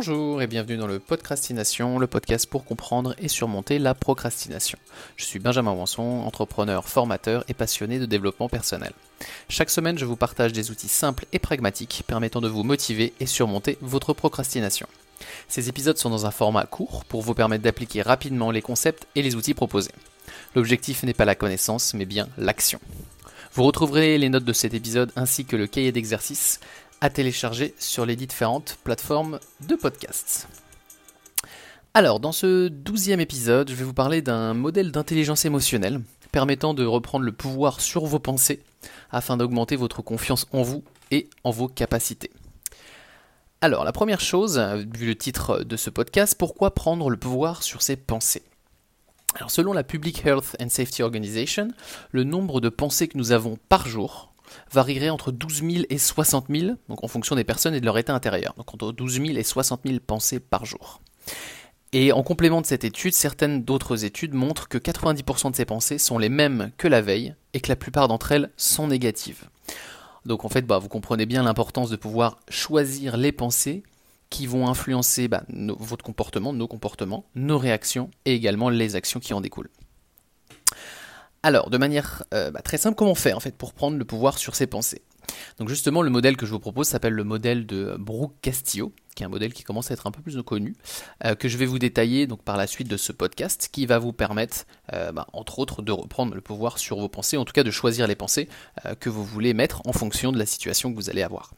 Bonjour et bienvenue dans le Podcastination, le podcast pour comprendre et surmonter la procrastination. Je suis Benjamin Wanson, entrepreneur, formateur et passionné de développement personnel. Chaque semaine, je vous partage des outils simples et pragmatiques permettant de vous motiver et surmonter votre procrastination. Ces épisodes sont dans un format court pour vous permettre d'appliquer rapidement les concepts et les outils proposés. L'objectif n'est pas la connaissance, mais bien l'action. Vous retrouverez les notes de cet épisode ainsi que le cahier d'exercices à télécharger sur les différentes plateformes de podcasts. Alors, dans ce 12e épisode, je vais vous parler d'un modèle d'intelligence émotionnelle permettant de reprendre le pouvoir sur vos pensées afin d'augmenter votre confiance en vous et en vos capacités. Alors, la première chose, vu le titre de ce podcast, pourquoi prendre le pouvoir sur ses pensées ? Alors, selon la Public Health and Safety Organization, le nombre de pensées que nous avons par jour varierait entre 12 000 et 60 000, donc en fonction des personnes et de leur état intérieur. Donc entre 12 000 et 60 000 pensées par jour. Et en complément de cette étude, certaines d'autres études montrent que 90% de ces pensées sont les mêmes que la veille et que la plupart d'entre elles sont négatives. Donc en fait, vous comprenez bien l'importance de pouvoir choisir les pensées qui vont influencer votre comportement, nos comportements, nos réactions et également les actions qui en découlent. Alors, de manière très simple, comment faire en fait pour prendre le pouvoir sur ses pensées ? Donc justement, le modèle que je vous propose s'appelle le modèle de Brooke-Castillo, qui est un modèle qui commence à être un peu plus connu, que je vais vous détailler donc par la suite de ce podcast, qui va vous permettre, entre autres, de reprendre le pouvoir sur vos pensées, en tout cas de choisir les pensées que vous voulez mettre en fonction de la situation que vous allez avoir.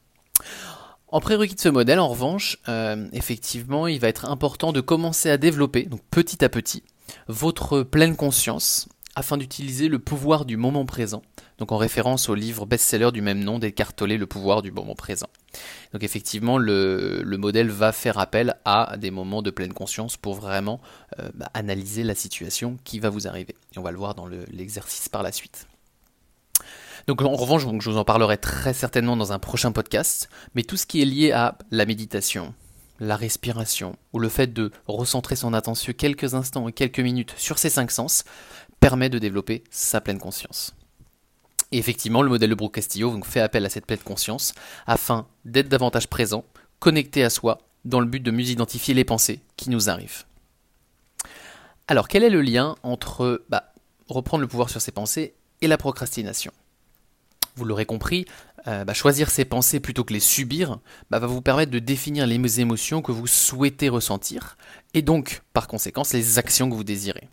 En prérequis de ce modèle, en revanche, effectivement, il va être important de commencer à développer, donc petit à petit, votre pleine conscience, afin d'utiliser le pouvoir du moment présent, donc en référence au livre best-seller du même nom d'Eckhart Tolle, Le pouvoir du moment présent. Donc effectivement, le modèle va faire appel à des moments de pleine conscience pour vraiment analyser la situation qui va vous arriver. Et on va le voir dans l'exercice par la suite. Donc en revanche, je vous en parlerai très certainement dans un prochain podcast, mais tout ce qui est lié à la méditation, la respiration, ou le fait de recentrer son attention quelques instants et quelques minutes sur ces 5 sens, permet de développer sa pleine conscience. Et effectivement, le modèle de Brooke-Castillo fait appel à cette pleine conscience afin d'être davantage présent, connecté à soi, dans le but de mieux identifier les pensées qui nous arrivent. Alors, quel est le lien entre reprendre le pouvoir sur ses pensées et la procrastination ? Vous l'aurez compris, choisir ses pensées plutôt que les subir va vous permettre de définir les émotions que vous souhaitez ressentir et donc, par conséquent, les actions que vous désirez.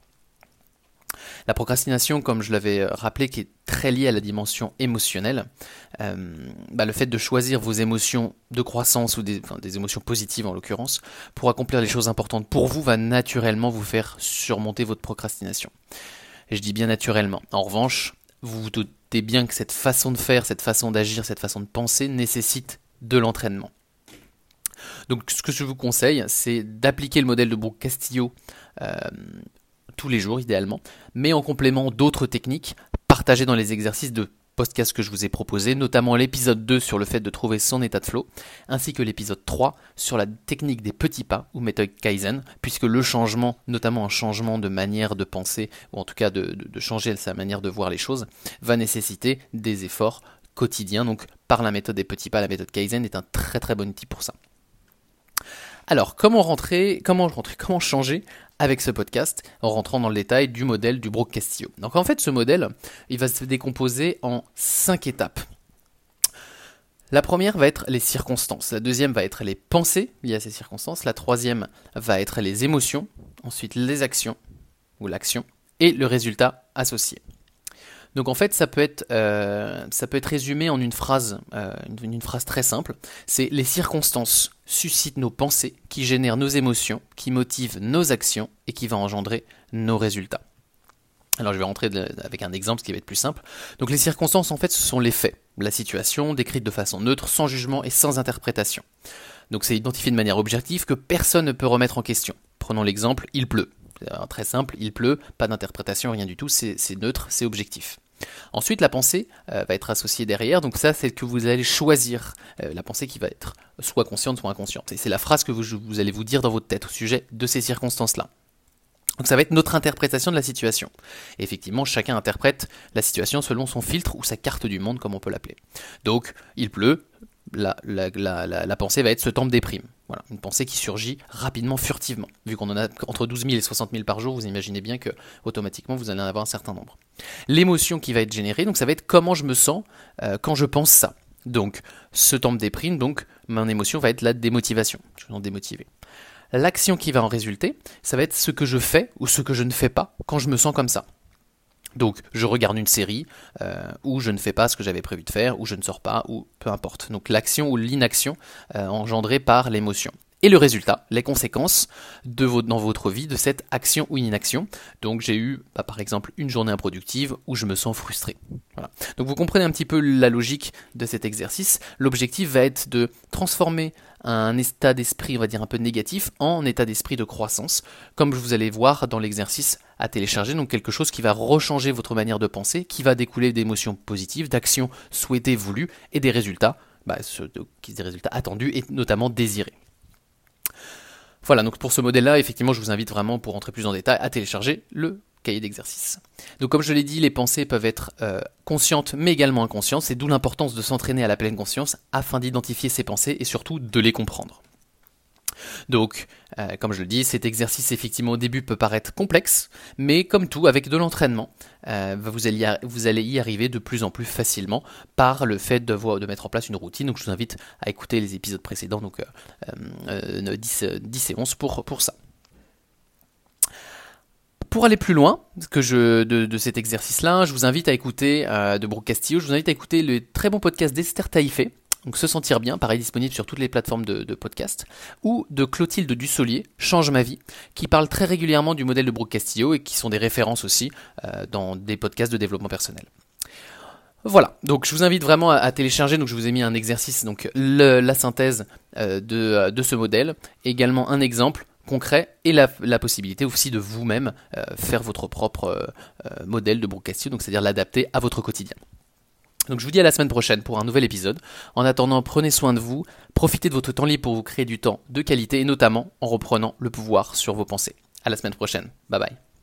La procrastination, comme je l'avais rappelé, qui est très liée à la dimension émotionnelle, le fait de choisir vos émotions de croissance ou des émotions positives en l'occurrence, pour accomplir les choses importantes pour vous, va naturellement vous faire surmonter votre procrastination. Et je dis bien naturellement. En revanche, vous vous doutez bien que cette façon de faire, cette façon d'agir, cette façon de penser nécessite de l'entraînement. Donc ce que je vous conseille, c'est d'appliquer le modèle de Brooke-Castillo tous les jours idéalement, mais en complément d'autres techniques partagées dans les exercices de podcast que je vous ai proposés, notamment l'épisode 2 sur le fait de trouver son état de flow, ainsi que l'épisode 3 sur la technique des petits pas ou méthode Kaizen, puisque le changement, notamment un changement de manière de penser, ou en tout cas de changer sa manière de voir les choses, va nécessiter des efforts quotidiens. Donc par la méthode des petits pas, la méthode Kaizen est un très très bon outil pour ça. Alors, comment changer avec ce podcast en rentrant dans le détail du modèle du Brooke-Castillo. Donc en fait, ce modèle, il va se décomposer en 5 étapes. La première va être les circonstances, la deuxième va être les pensées liées à ces circonstances, la troisième va être les émotions, ensuite les actions ou l'action et le résultat associé. Donc en fait, ça peut être résumé en une phrase très simple. C'est les circonstances suscitent nos pensées, qui génèrent nos émotions, qui motivent nos actions et qui va engendrer nos résultats. Alors je vais rentrer avec un exemple, ce qui va être plus simple. Donc les circonstances, en fait, ce sont les faits, la situation décrite de façon neutre, sans jugement et sans interprétation. Donc c'est identifié de manière objective que personne ne peut remettre en question. Prenons l'exemple, il pleut. C'est très simple, il pleut, pas d'interprétation, rien du tout, c'est neutre, c'est objectif. Ensuite, la pensée va être associée derrière, donc ça c'est que vous allez choisir la pensée qui va être soit consciente, soit inconsciente. Et c'est la phrase que vous allez vous dire dans votre tête au sujet de ces circonstances-là. Donc ça va être notre interprétation de la situation. Et effectivement, chacun interprète la situation selon son filtre ou sa carte du monde, comme on peut l'appeler. Donc, il pleut, la pensée va être ce temps me déprime. Voilà, une pensée qui surgit rapidement, furtivement. Vu qu'on en a entre 12 000 et 60 000 par jour, vous imaginez bien que automatiquement vous allez en avoir un certain nombre. L'émotion qui va être générée, donc ça va être comment je me sens quand je pense ça. Donc ce temps me déprime, donc mon émotion va être la démotivation. Je vais en démotiver. L'action qui va en résulter, ça va être ce que je fais ou ce que je ne fais pas quand je me sens comme ça. Donc je regarde une série, ou je ne fais pas ce que j'avais prévu de faire, ou je ne sors pas, ou peu importe. Donc l'action ou l'inaction engendrée par l'émotion. Et le résultat, les conséquences dans votre vie de cette action ou inaction. Donc j'ai eu par exemple une journée improductive où je me sens frustré. Voilà. Donc vous comprenez un petit peu la logique de cet exercice. L'objectif va être de transformer un état d'esprit, on va dire un peu négatif, en état d'esprit de croissance, comme vous allez voir dans l'exercice à télécharger, donc quelque chose qui va rechanger votre manière de penser, qui va découler d'émotions positives, d'actions souhaitées, voulues, et des résultats, des résultats attendus et notamment désirés. Voilà, donc pour ce modèle-là, effectivement, je vous invite vraiment, pour rentrer plus en détail, à télécharger le cahier d'exercice. Donc comme je l'ai dit, les pensées peuvent être conscientes mais également inconscientes, c'est d'où l'importance de s'entraîner à la pleine conscience afin d'identifier ces pensées et surtout de les comprendre. Donc, comme je le dis, cet exercice effectivement au début peut paraître complexe, mais comme tout, avec de l'entraînement, vous allez y arriver de plus en plus facilement par le fait de mettre en place une routine. Donc je vous invite à écouter les épisodes précédents, donc 10 et 11 pour ça. Pour aller plus loin de cet exercice-là, je vous invite à écouter de Brooke Castillo, je vous invite à écouter le très bon podcast d'Esther Taïfé, donc Se sentir bien, pareil disponible sur toutes les plateformes de podcast, ou de Clotilde Dussolier, Change ma vie, qui parle très régulièrement du modèle de Brooke Castillo et qui sont des références aussi dans des podcasts de développement personnel. Voilà, donc je vous invite vraiment à télécharger, donc je vous ai mis un exercice, donc la synthèse de ce modèle, également un exemple concret et la possibilité aussi de vous-même faire votre propre modèle de Brooke Castillo, donc c'est-à-dire l'adapter à votre quotidien. Donc je vous dis à la semaine prochaine pour un nouvel épisode. En attendant, prenez soin de vous, profitez de votre temps libre pour vous créer du temps de qualité et notamment en reprenant le pouvoir sur vos pensées. À la semaine prochaine. Bye bye.